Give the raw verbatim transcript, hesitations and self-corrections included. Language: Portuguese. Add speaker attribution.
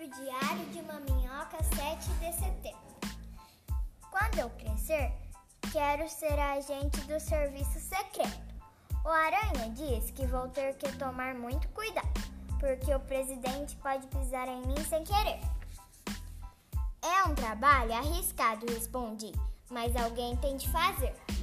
Speaker 1: Diário de uma Minhoca, sete de setembro. Quando eu crescer, quero ser agente do serviço secreto. O Aranha diz que vou ter que tomar muito cuidado, porque o presidente pode pisar em mim sem querer. É um trabalho arriscado, respondi, mas alguém tem de fazer.